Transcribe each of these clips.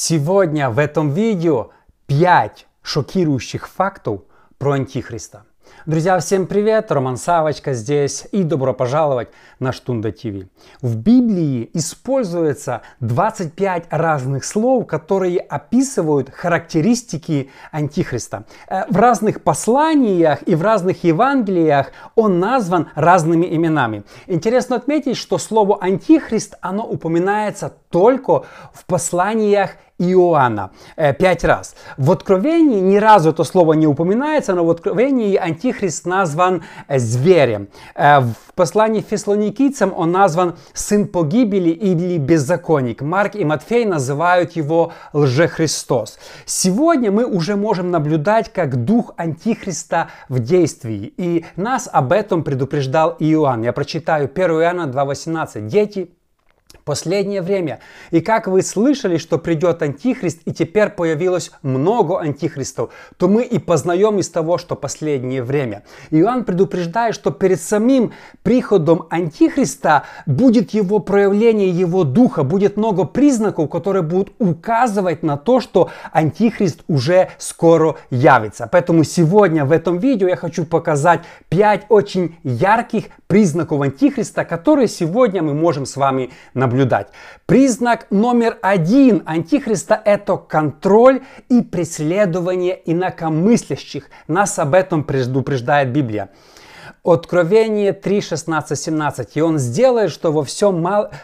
Сегодня в этом видео 5 шокирующих фактов про Антихриста. Друзья, всем привет! Роман Савочка здесь и добро пожаловать на Штунда ТВ. В Библии используется 25 разных слов, которые описывают характеристики Антихриста. В разных посланиях и в разных Евангелиях он назван разными именами. Интересно отметить, что слово Антихрист, оно упоминается только в посланиях Иоанна 5 раз. В Откровении ни разу это слово не упоминается, но в Откровении Антихрист назван зверем. В послании Фессалоникийцам он назван сын погибели или беззаконник. Марк и Матфей называют его лжехристос. Сегодня мы уже можем наблюдать, как дух Антихриста в действии. И нас об этом предупреждал Иоанн. Я прочитаю 1 Иоанна 2,18. Дети, последнее время. И как вы слышали, что придет Антихрист, и теперь появилось много антихристов, то мы и познаем из того, что последнее время. Иоанн предупреждает, что перед самим приходом Антихриста будет его проявление, его духа, будет много признаков, которые будут указывать на то, что Антихрист уже скоро явится. Поэтому сегодня в этом видео я хочу показать 5 очень ярких признаков Антихриста, которые сегодня мы можем с вами наблюдать. Признак номер 1 Антихриста – это контроль и преследование инакомыслящих. Нас об этом предупреждает Библия. Откровение 3, 16, 17. «И он сделает, что во всем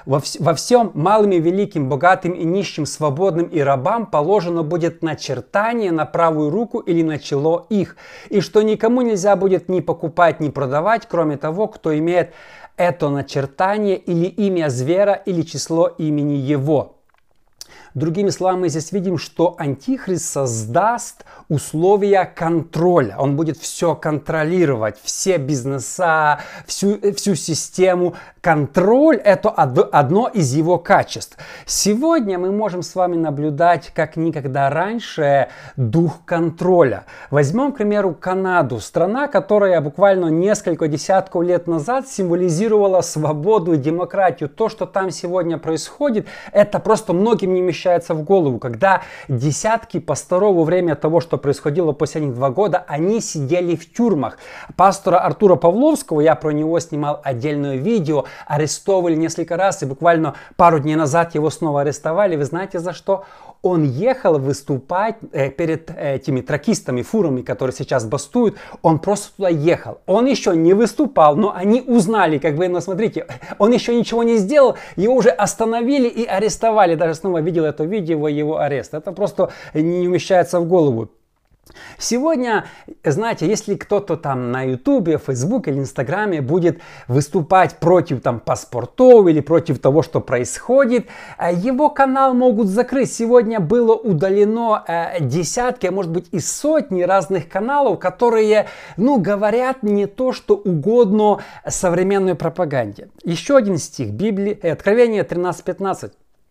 малым и великим, богатым и нищим, свободным и рабам положено будет начертание на правую руку или на чело их, и что никому нельзя будет ни покупать, ни продавать, кроме того, кто имеет это начертание или имя зверя, или число имени его». Другими словами, мы здесь видим, что Антихрист создаст условия контроля. Он будет все контролировать, все бизнеса, всю систему. Контроль – это одно из его качеств. Сегодня мы можем с вами наблюдать, как никогда раньше, дух контроля. Возьмем, к примеру, Канаду. Страна, которая буквально несколько десятков лет назад символизировала свободу и демократию. То, что там сегодня происходит, это просто многим не вмещается в голову. Когда десятки пасторов во время того, что происходило последних 2 года, они сидели в тюрьмах. Пастора Артура Павловского, я про него снимал отдельное видео, арестовали несколько раз, и буквально пару дней назад его снова арестовали. Вы знаете за что? Он ехал выступать перед этими тракистами, фурами, которые сейчас бастуют. Он просто туда ехал. Он еще не выступал, но они узнали, ну смотрите, он еще ничего не сделал, его уже остановили и арестовали. Даже снова видел это видео, его арест. Это просто не умещается в голову. Сегодня, знаете, если кто-то там на Ютубе, Фейсбуке или Инстаграме будет выступать против паспортов или против того, что происходит, его канал могут закрыть. Сегодня было удалено десятки, а может быть и сотни разных каналов, которые, говорят не то, что угодно современной пропаганде. Еще один стих Библии, Откровение 13:15.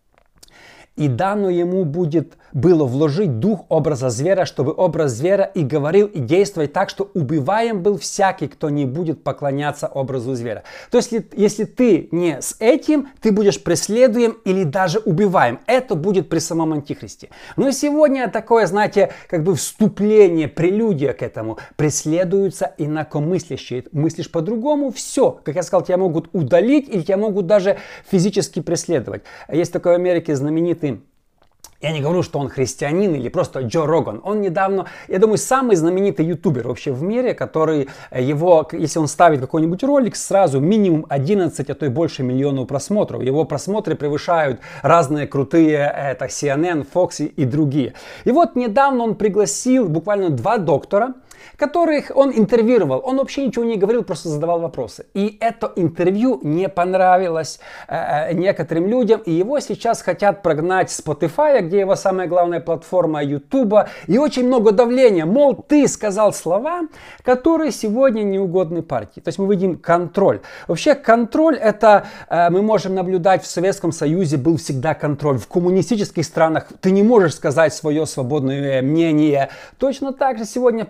«И дано ему было вложить дух образа зверя, чтобы образ зверя и говорил, и действовать так, что убиваем был всякий, кто не будет поклоняться образу зверя». То есть, если ты не с этим, ты будешь преследуем или даже убиваем. Это будет при самом Антихристе. Но сегодня такое, знаете, вступление, прелюдия к этому. Преследуются инакомыслящие. Мыслишь по-другому, все. Как я сказал, тебя могут удалить или тебя могут даже физически преследовать. Есть такой в Америке знаменитый, я не говорю, что он христианин или просто Джо Роган. Он недавно, я думаю, самый знаменитый ютубер вообще в мире, который если он ставит какой-нибудь ролик, сразу минимум 11, а то и больше миллионов просмотров. Его просмотры превышают разные крутые, CNN, Fox и другие. И вот недавно он пригласил буквально 2 доктора, которых он интервьюировал. Он вообще ничего не говорил, просто задавал вопросы. И это интервью не понравилось некоторым людям, и его сейчас хотят прогнать с Spotify, где его самая главная платформа, YouTube, и очень много давления. Мол, ты сказал слова, которые сегодня не угодны партии. То есть мы видим контроль. Вообще контроль это мы можем наблюдать в Советском Союзе, был всегда контроль. В коммунистических странах ты не можешь сказать свое свободное мнение. Точно так же сегодня получается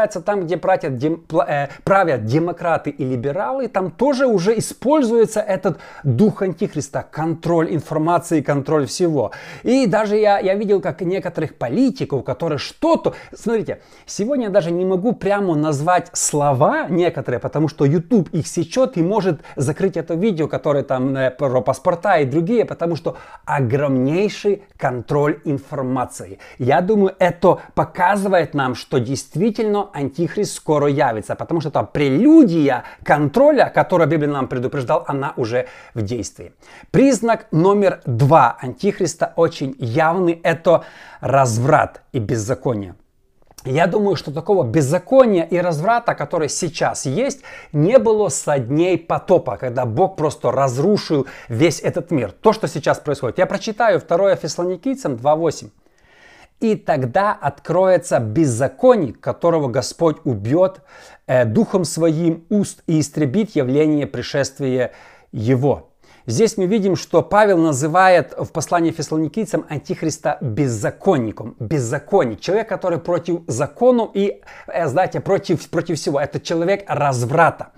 получается, там, где правят демократы и либералы, там тоже уже используется этот дух антихриста, контроль информации, контроль всего. И даже я видел, как некоторых политиков, которые что-то... Смотрите, сегодня я даже не могу прямо назвать слова некоторые, потому что YouTube их сечет и может закрыть это видео, которое там про паспорта и другие, потому что огромнейший контроль информации. Я думаю, это показывает нам, что действительно антихрист скоро явится, потому что там прелюдия контроля, которую Библия нам предупреждал, она уже в действии. Признак номер 2 антихриста очень явный – это разврат и беззаконие. Я думаю, что такого беззакония и разврата, который сейчас есть, не было со дней потопа, когда Бог просто разрушил весь этот мир. То, что сейчас происходит. Я прочитаю 2 Фессалоникийцам 2:8. «И тогда откроется беззаконник, которого Господь убьет духом своим уст и истребит явление пришествия его». Здесь мы видим, что Павел называет в послании Фессалоникийцам антихриста беззаконником. Беззаконник. Человек, который против закона и, знаете, против всего. Это человек разврата.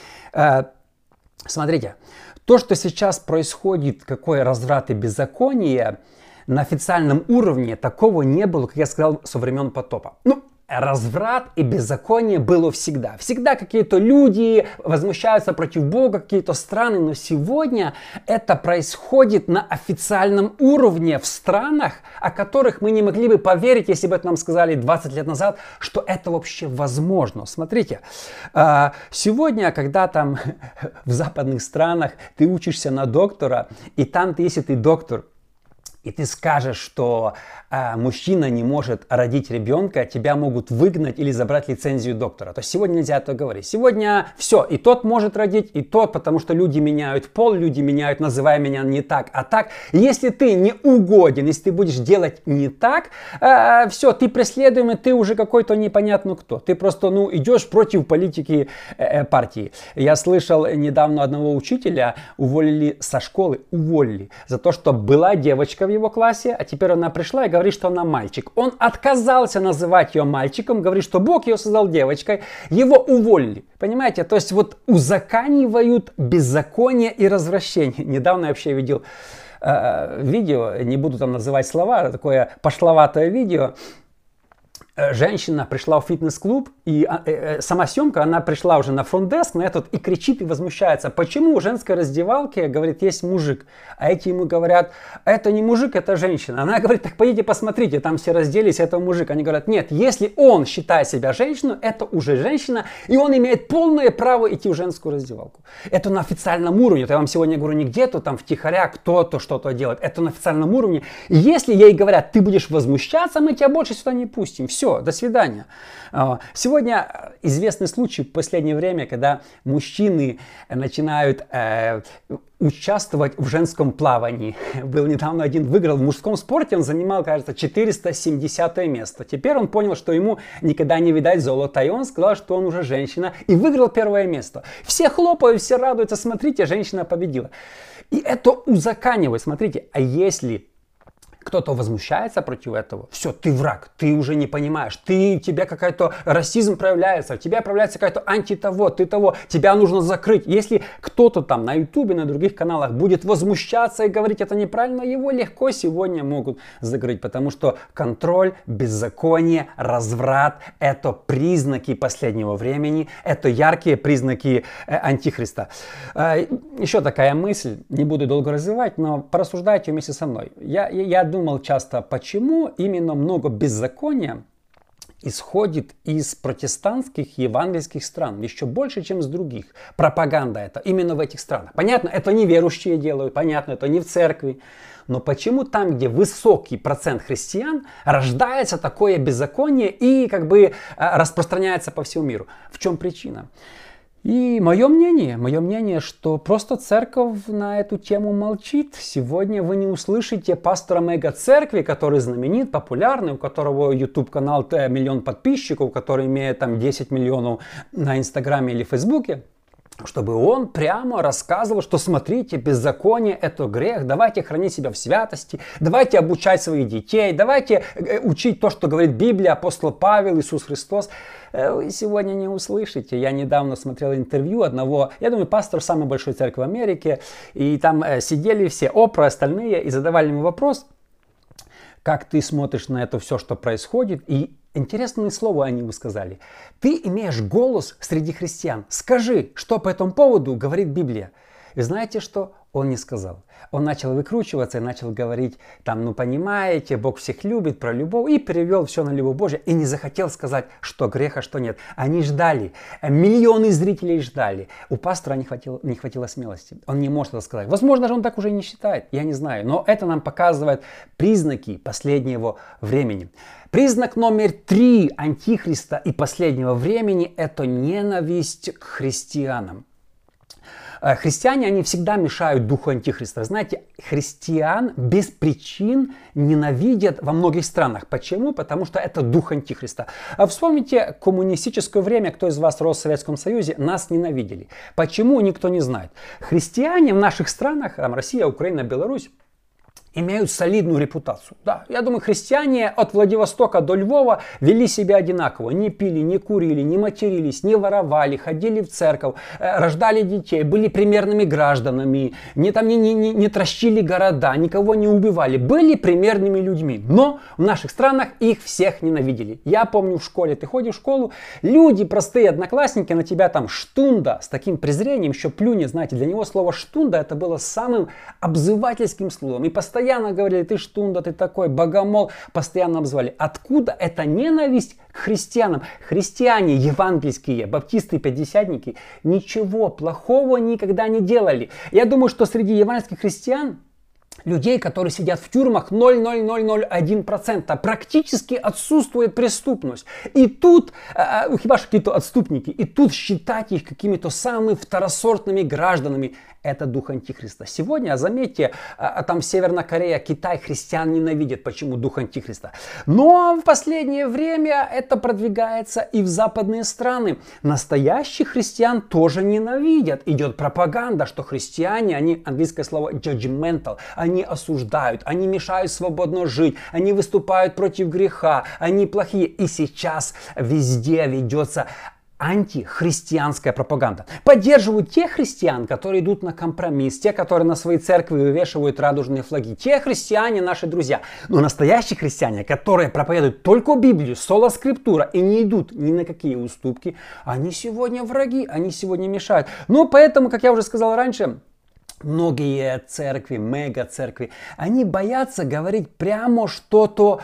Смотрите, то, что сейчас происходит, какой разврат и беззаконие, на официальном уровне такого не было, как я сказал, со времен потопа. Разврат и беззаконие было всегда. Всегда какие-то люди возмущаются против Бога, какие-то страны, но сегодня это происходит на официальном уровне в странах, о которых мы не могли бы поверить, если бы это нам сказали 20 лет назад, что это вообще возможно. Смотрите, сегодня, когда там в западных странах ты учишься на доктора, и там если ты доктор, и ты скажешь, что мужчина не может родить ребенка, тебя могут выгнать или забрать лицензию доктора. То есть сегодня нельзя это говорить. Сегодня все, и тот может родить, и тот, потому что люди меняют пол, люди меняют, называя меня не так, а так. И если ты не угоден, если ты будешь делать не так, все, ты преследуемый, ты уже какой-то непонятно кто. Ты просто, идешь против политики партии. Я слышал недавно одного учителя уволили со школы, за то, что была девочка в его классе, а теперь она пришла и говорит, что она мальчик. Он отказался называть ее мальчиком, говорит, что Бог ее создал девочкой, его уволили. Понимаете? То есть узаконивают беззаконие и развращение. Недавно я вообще видел видео, не буду там называть слова, такое пошловатое видео. Женщина пришла в фитнес-клуб, и сама съемка, она пришла уже на фронт-деск, на этот, и кричит и возмущается. Почему в женской раздевалке, говорит, есть мужик? А эти ему говорят, это не мужик, это женщина. Она говорит, так пойдите посмотрите, там все разделись, это мужик. Они говорят, нет, если он считает себя женщиной, это уже женщина, и он имеет полное право идти в женскую раздевалку. Это на официальном уровне. Это я вам сегодня говорю не где-то там втихаря кто-то что-то делает. Это на официальном уровне. И если ей говорят, ты будешь возмущаться, мы тебя больше сюда не пустим. Все. До свидания. Сегодня известный случай в последнее время, когда мужчины начинают участвовать в женском плавании. Был недавно один, выиграл в мужском спорте, он занимал, кажется, 470 место. Теперь он понял, что ему никогда не видать золота, и он сказал, что он уже женщина, и выиграл первое место. Все хлопают, все радуются, смотрите, женщина победила. И это узаконивает, смотрите, а если кто-то возмущается против этого, все, ты враг, ты уже не понимаешь, у тебя какой-то расизм проявляется, у тебя проявляется какой-то антитого, ты того, тебя нужно закрыть. Если кто-то там на ютубе, на других каналах будет возмущаться и говорить это неправильно, его легко сегодня могут закрыть, потому что контроль, беззаконие, разврат – это признаки последнего времени, это яркие признаки антихриста. Еще такая мысль, не буду долго развивать, но порассуждайте вместе со мной. Я думал часто, почему именно много беззакония исходит из протестантских евангельских стран, еще больше, чем с других. Пропаганда это именно в этих странах. Понятно, это не верующие делают, понятно, это не в церкви. Но почему там, где высокий процент христиан, рождается такое беззаконие и распространяется по всему миру? В чем причина? И мое мнение, что просто церковь на эту тему молчит. Сегодня вы не услышите пастора мега-церкви, который знаменит, популярный, у которого YouTube-канал 1 миллион подписчиков, который имеет там 10 миллионов на Инстаграме или Фейсбуке. чтобы он прямо рассказывал, что смотрите, беззаконие – это грех, давайте хранить себя в святости, давайте обучать своих детей, давайте учить то, что говорит Библия, апостол Павел, Иисус Христос. Вы сегодня не услышите. Я недавно смотрел интервью одного, я думаю, пастор самой большой церкви в Америке, и там сидели все, Опра, остальные, и задавали ему вопрос, как ты смотришь на это все, что происходит, и интересное слово они высказали. Ты имеешь голос среди христиан. Скажи, что по этому поводу говорит Библия. И знаете что? Он не сказал. Он начал выкручиваться и начал говорить, там, ну понимаете, Бог всех любит, про любовь, и перевел все на любовь Божию, и не захотел сказать, что грех, а что нет. Они ждали, миллионы зрителей ждали. У пастора не хватило смелости. Он не может это сказать. Возможно, же он так уже не считает, я не знаю. Но это нам показывает признаки последнего времени. Признак номер 3 антихриста и последнего времени – это ненависть к христианам. Христиане, они всегда мешают духу антихриста. Знаете, христиан без причин ненавидят во многих странах. Почему? Потому что это дух антихриста. Вспомните коммунистическое время, кто из вас рос в Советском Союзе, нас ненавидели. Почему? Никто не знает. Христиане в наших странах, там Россия, Украина, Беларусь, имеют солидную репутацию. Да, я думаю, христиане от Владивостока до Львова вели себя одинаково. Не пили, не курили, не матерились, не воровали, ходили в церковь, рождали детей, были примерными гражданами, не трощили города, никого не убивали. Были примерными людьми. Но в наших странах их всех ненавидели. Я помню в школе, ты ходишь в школу, люди, простые одноклассники, на тебя там штунда с таким презрением, еще плюнет, знаете, для него слово штунда это было самым обзывательским словом. И постоянно говорили, ты штунда, ты такой, богомол, постоянно обзывали. Откуда эта ненависть к христианам? Христиане евангельские, баптисты, пятидесятники ничего плохого никогда не делали. Я думаю, что среди евангельских христиан людей, которые сидят в тюрьмах, 0,0001%. Практически отсутствует преступность. И тут, хиба что какие-то отступники, и тут считать их какими-то самыми второсортными гражданами. Это дух антихриста. Сегодня, заметьте, там Северная Корея, Китай христиан ненавидят. Почему дух антихриста? Но в последнее время это продвигается и в западные страны. Настоящих христиан тоже ненавидят. Идет пропаганда, что христиане, они, английское слово judgmental, они осуждают, они мешают свободно жить, они выступают против греха, они плохие. И сейчас везде ведется антихристианская пропаганда. Поддерживают тех христиан, которые идут на компромисс, те, которые на свои церкви вывешивают радужные флаги. Те христиане наши друзья. Но настоящие христиане, которые проповедуют только Библию, соло-скриптура и не идут ни на какие уступки, они сегодня враги, они сегодня мешают. Ну, поэтому, как я уже сказал раньше, многие церкви, мега-церкви, они боятся говорить прямо что-то,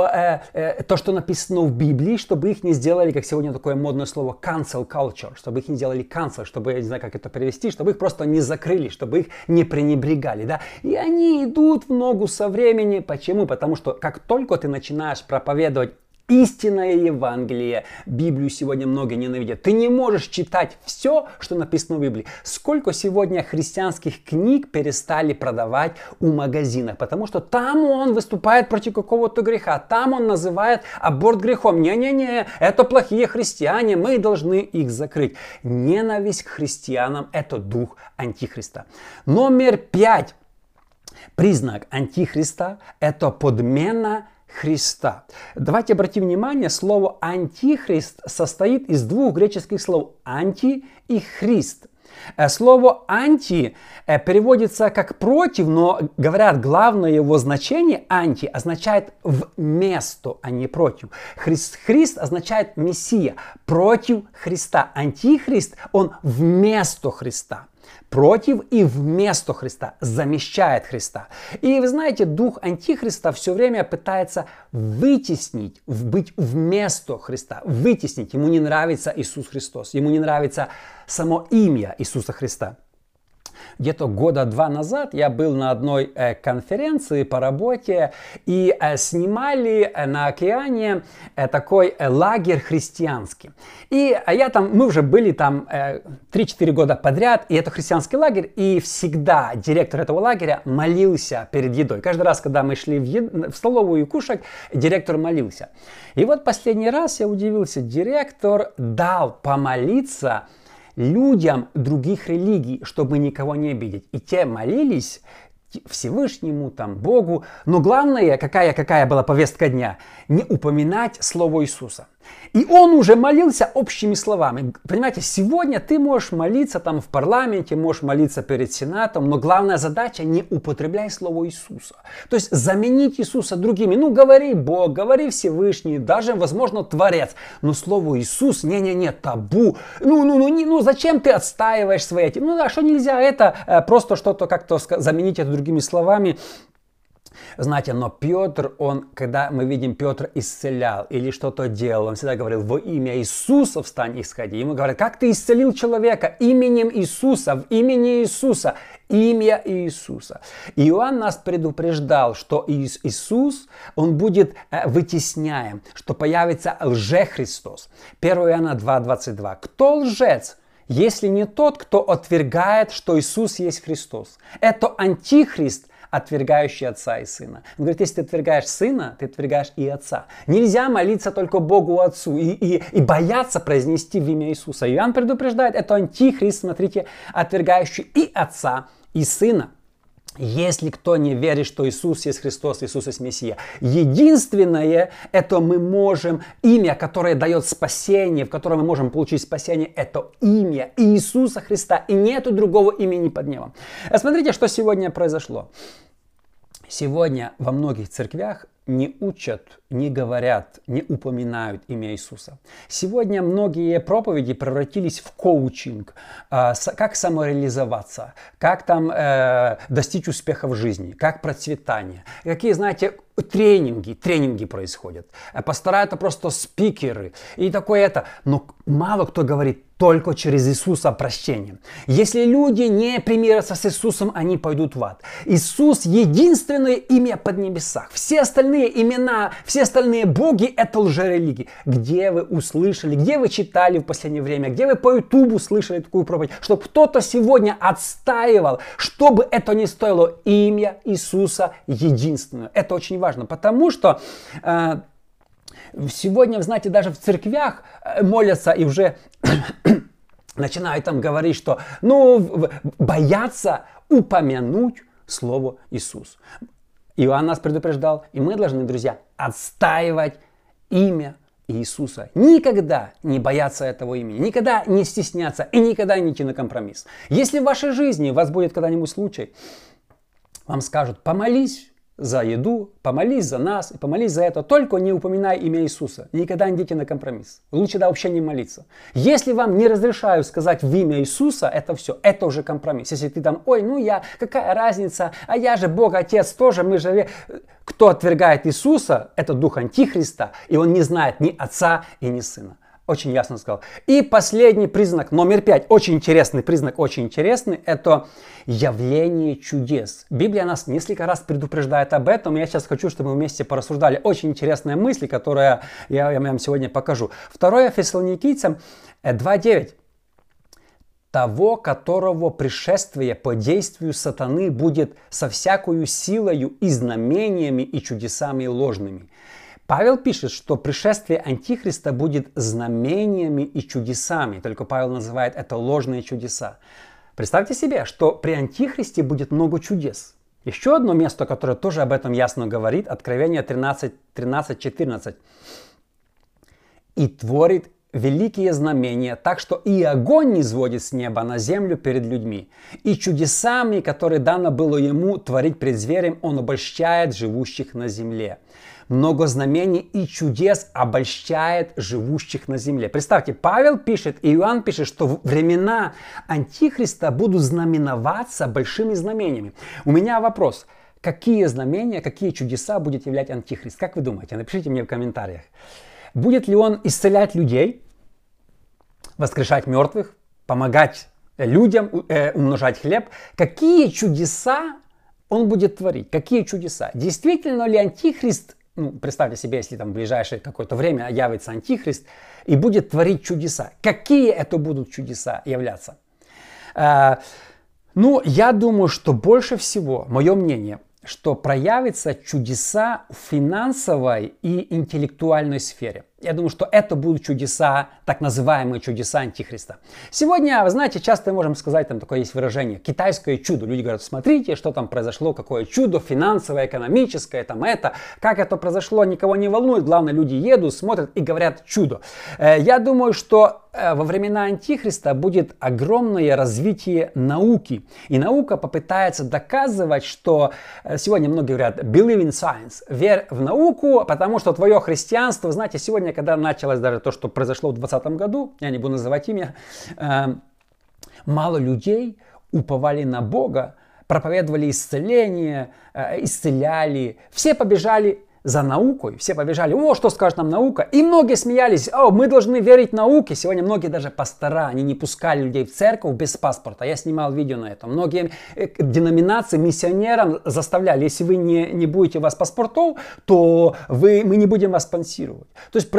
то, что написано в Библии, чтобы их не сделали, как сегодня такое модное слово, cancel culture, чтобы их не сделали cancel, чтобы, я не знаю, как это перевести, чтобы их просто не закрыли, чтобы их не пренебрегали, да. И они идут в ногу со временем. Почему? Потому что как только ты начинаешь проповедовать истинное Евангелие, Библию сегодня многие ненавидят. Ты не можешь читать все, что написано в Библии. Сколько сегодня христианских книг перестали продавать у магазинов, потому что там он выступает против какого-то греха, там он называет аборт грехом. Не-не-не, это плохие христиане, мы должны их закрыть. Ненависть к христианам – это дух антихриста. Номер 5. Признак антихриста – это подмена Христа. Давайте обратим внимание, слово антихрист состоит из двух греческих слов анти и христ. Слово анти переводится как против, но говорят, главное его значение анти означает вместо, а не против. Христ означает Мессия, против Христа. Антихрист, он вместо Христа. Против и вместо Христа, замещает Христа. И вы знаете, дух антихриста все время пытается вытеснить, быть вместо Христа, вытеснить. Ему не нравится Иисус Христос, ему не нравится само имя Иисуса Христа. Где-то года 2 назад я был на одной конференции по работе и снимали на океане такой лагерь христианский. И мы уже были там 3-4 года подряд, и это христианский лагерь, и всегда директор этого лагеря молился перед едой. Каждый раз, когда мы шли в столовую кушать, директор молился. И вот последний раз я удивился, директор дал помолиться людям других религий, чтобы никого не обидеть. И те молились Всевышнему, там, Богу. Но главное, какая была повестка дня, не упоминать слово Иисуса. И он уже молился общими словами. Понимаете, сегодня ты можешь молиться там в парламенте, можешь молиться перед Сенатом, но главная задача — не употребляй слово Иисуса. То есть заменить Иисуса другими. Ну, говори Бог, говори Всевышний, даже, возможно, Творец. Но слово Иисус, не-не-не, табу. Ну, зачем ты отстаиваешь свои эти? Ну, а что нельзя это просто что-то как-то заменить это другими словами? Знаете, но Петр, когда мы видим, Петр исцелял или что-то делал, он всегда говорил: во имя Иисуса встань и сходи. Ему говорят: как ты исцелил человека? Именем Иисуса, в имени Иисуса, имя Иисуса. И Иоанн нас предупреждал, что Иисус, он будет вытесняем, что появится лже-Христос. 1 Иоанна 2:22. Кто лжец? Если не тот, кто отвергает, что Иисус есть Христос. Это антихрист, отвергающий Отца и Сына. Он говорит, если ты отвергаешь Сына, ты отвергаешь и Отца. Нельзя молиться только Богу Отцу и бояться произнести в имя Иисуса. Иоанн предупреждает, это антихрист, смотрите, отвергающий и Отца, и Сына. Если кто не верит, что Иисус есть Христос, Иисус есть Мессия, единственное, это мы можем, имя, которое дает спасение, в котором мы можем получить спасение, это имя Иисуса Христа, и нету другого имени под небом. Смотрите, что сегодня произошло. Сегодня во многих церквях не учат, не говорят, не упоминают имя Иисуса. Сегодня многие проповеди превратились в коучинг, как самореализоваться, как там достичь успеха в жизни, как процветание. Какие, знаете, тренинги происходят. Пастора — это просто спикеры и такое это. Но мало кто говорит только через Иисуса прощение. Если люди не примирятся с Иисусом, они пойдут в ад. Иисус — единственное имя под небесах. Все остальные имена, все остальные боги — это лжерелигии. Где вы услышали, где вы читали в последнее время, где вы по Ютубу слышали такую проповедь, чтобы кто-то сегодня отстаивал, что бы это ни стоило, имя Иисуса единственное. Это очень важно, потому что сегодня, вы знаете, даже в церквях молятся и уже начинают там говорить, что боятся упомянуть слово Иисус. Иоанн нас предупреждал, и мы должны, друзья, отстаивать имя Иисуса. Никогда не бояться этого имени, никогда не стесняться и никогда не идти на компромисс. Если в вашей жизни у вас будет когда-нибудь случай, вам скажут: помолись за еду, помолись за нас, помолись за это. Только не упоминай имя Иисуса. Никогда не идите на компромисс. Лучше вообще не молиться. Если вам не разрешают сказать в имя Иисуса, это все, это уже компромисс. Если ты там: какая разница, а я же Бог, Отец тоже, мы же... Кто отвергает Иисуса, это дух Антихриста, и он не знает ни Отца и ни Сына. Очень ясно сказал. И последний признак, номер 5, очень интересный признак, это явление чудес. Библия нас несколько раз предупреждает об этом, и я сейчас хочу, чтобы мы вместе порассуждали. Очень интересная мысль, которую я вам сегодня покажу. 2 Фессалоникийцам 2:9. Того, которого пришествие по действию сатаны будет со всякою силою и знамениями и чудесами ложными. Павел пишет, что пришествие Антихриста будет знамениями и чудесами. Только Павел называет это ложные чудеса. Представьте себе, что при Антихристе будет много чудес. Еще одно место, которое тоже об этом ясно говорит, Откровение 13:14. «И творит великие знамения, так что и огонь не сводит с неба на землю перед людьми. И чудесами, которые дано было ему творить пред зверем, он обольщает живущих на земле». Много знамений и чудес обольщает живущих на земле. Представьте, Павел пишет, и Иоанн пишет, что времена Антихриста будут знаменоваться большими знамениями. У меня вопрос. Какие знамения, какие чудеса будет являть Антихрист? Как вы думаете? Напишите мне в комментариях. Будет ли он исцелять людей, воскрешать мертвых, помогать людям, умножать хлеб? Какие чудеса он будет творить? Какие чудеса? Действительно ли Антихрист, представьте себе, если там в ближайшее какое-то время явится Антихрист и будет творить чудеса? Какие это будут чудеса являться? Я думаю, что больше всего, мое мнение, что проявятся чудеса в финансовой и интеллектуальной сфере. Я думаю, что это будут чудеса, так называемые чудеса Антихриста. Сегодня, вы знаете, часто можем сказать, там такое есть выражение, китайское чудо. Люди говорят, смотрите, что там произошло, какое чудо финансовое, экономическое, там это. Как это произошло, никого не волнует. Главное, люди едут, смотрят и говорят чудо. Я думаю, что во времена Антихриста будет огромное развитие науки. И наука попытается доказывать, что сегодня многие говорят believe in science, верь в науку, потому что твое христианство, знаете, сегодня, когда началось даже то, что произошло в 2020 году, я не буду называть имя, мало людей уповали на Бога, проповедовали исцеление, исцеляли, все побежали за наукой, все побежали, о, что скажет нам наука, и многие смеялись, о, мы должны верить науке. Сегодня многие даже пастора, они не пускали людей в церковь без паспорта. Я снимал видео на этом. Многие деноминации миссионерам заставляли, если вы не будете у вас паспортов, то мы не будем вас спонсировать. То есть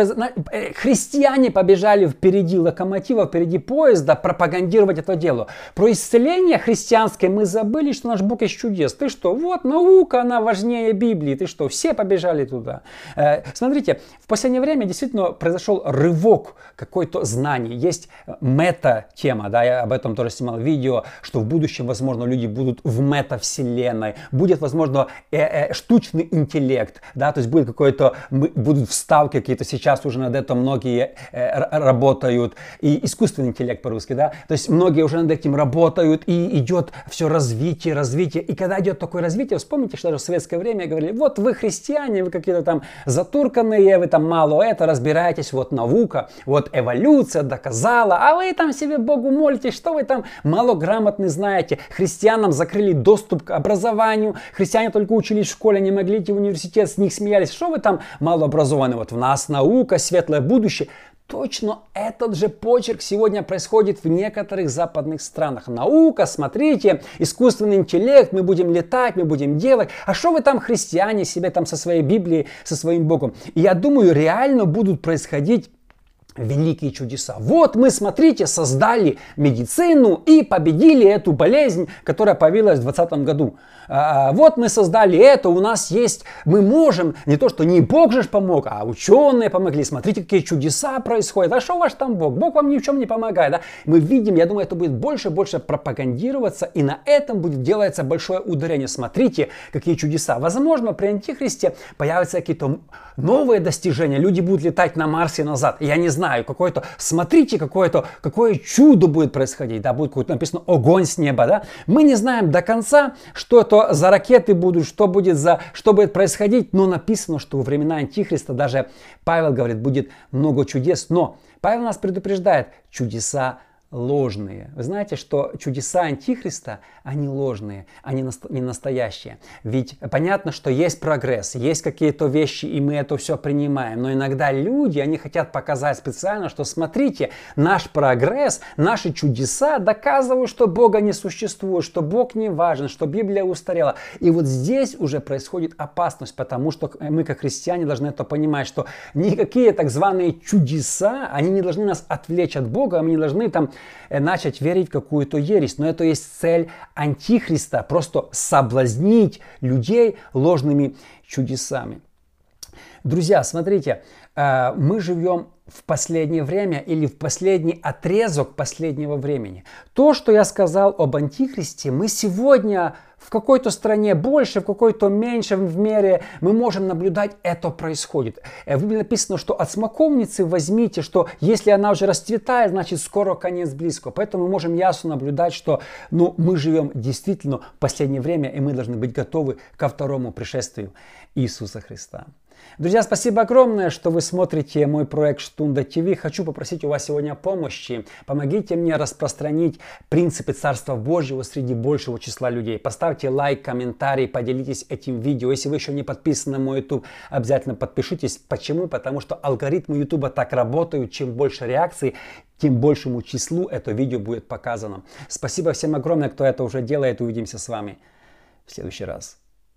христиане побежали впереди локомотива, впереди поезда пропагандировать это дело. Про исцеление христианское мы забыли, что наш Бог есть чудес. Ты что, вот наука, она важнее Библии. Ты что, все побежали туда. Смотрите, в последнее время действительно произошел рывок какой-то знаний. Есть мета-тема, да, я об этом тоже снимал видео, что в будущем, возможно, люди будут в мета-вселенной, будет, возможно, штучный интеллект, да, то есть будет будут вставки какие-то, сейчас уже над этим многие работают, и искусственный интеллект по-русски, да, то есть многие уже над этим работают, и идет все развитие, и когда идет такое развитие, вспомните, что даже в советское время говорили, вот вы христиане, вы какие-то там затурканные, вы там мало это разбираетесь, вот наука, вот эволюция доказала, а вы там себе Богу молитесь, что вы там малограмотны знаете. Христианам закрыли доступ к образованию, христиане только учились в школе, не могли идти в университет, с них смеялись, что вы там малообразованы, вот в нас наука, светлое будущее. Точно этот же почерк сегодня происходит в некоторых западных странах. Наука, смотрите, искусственный интеллект, мы будем летать, мы будем делать. А что вы там, христиане, себе там со своей Библией, со своим Богом? И я думаю, реально будут происходить великие чудеса. Вот мы, смотрите, создали медицину и победили эту болезнь, которая появилась в 2020 году. Вот мы создали это, у нас есть, мы можем, не то что не Бог же помог, а ученые помогли. Смотрите, какие чудеса происходят. А что ваш там Бог? Бог вам ни в чем не помогает. Да? Мы видим, я думаю, это будет больше и больше пропагандироваться, и на этом будет делаться большое ударение. Смотрите, какие чудеса. Возможно, при Антихристе появятся какие-то новые достижения. Люди будут летать на Марсе назад. Я не знаю, смотрите, какое чудо будет происходить. Да, будет какое-то написано огонь с неба. Да? Мы не знаем до конца, что это за ракеты будут, что будет происходить. Но написано, что во времена Антихриста, даже Павел говорит, будет много чудес. Но Павел нас предупреждает, чудеса ложные. Вы знаете, что чудеса Антихриста, они ложные, они не настоящие. Ведь понятно, что есть прогресс, есть какие-то вещи, и мы это все принимаем. Но иногда люди, они хотят показать специально, что смотрите, наш прогресс, наши чудеса доказывают, что Бога не существует, что Бог не важен, что Библия устарела. И вот здесь уже происходит опасность, потому что мы, как христиане, должны это понимать, что никакие так званые чудеса, они не должны нас отвлечь от Бога, мы не должны там начать верить в какую-то ересь. Но это есть цель Антихриста, просто соблазнить людей ложными чудесами. Друзья, смотрите, мы живем в последнее время или в последний отрезок последнего времени. То, что я сказал об Антихристе, мы сегодня в какой-то стране больше, в какой-то меньше в мире, мы можем наблюдать, это происходит. В Библии написано, что от смоковницы возьмите, что если она уже расцветает, значит скоро конец близко. Поэтому мы можем ясно наблюдать, что мы живем действительно в последнее время, и мы должны быть готовы ко второму пришествию Иисуса Христа. Друзья, спасибо огромное, что вы смотрите мой проект Штунда ТВ. Хочу попросить у вас сегодня помощи. Помогите мне распространить принципы Царства Божьего среди большего числа людей. Поставьте лайк, комментарий, поделитесь этим видео. Если вы еще не подписаны на мой YouTube, обязательно подпишитесь. Почему? Потому что алгоритмы YouTube так работают. Чем больше реакций, тем большему числу это видео будет показано. Спасибо всем огромное, кто это уже делает. Увидимся с вами в следующий раз.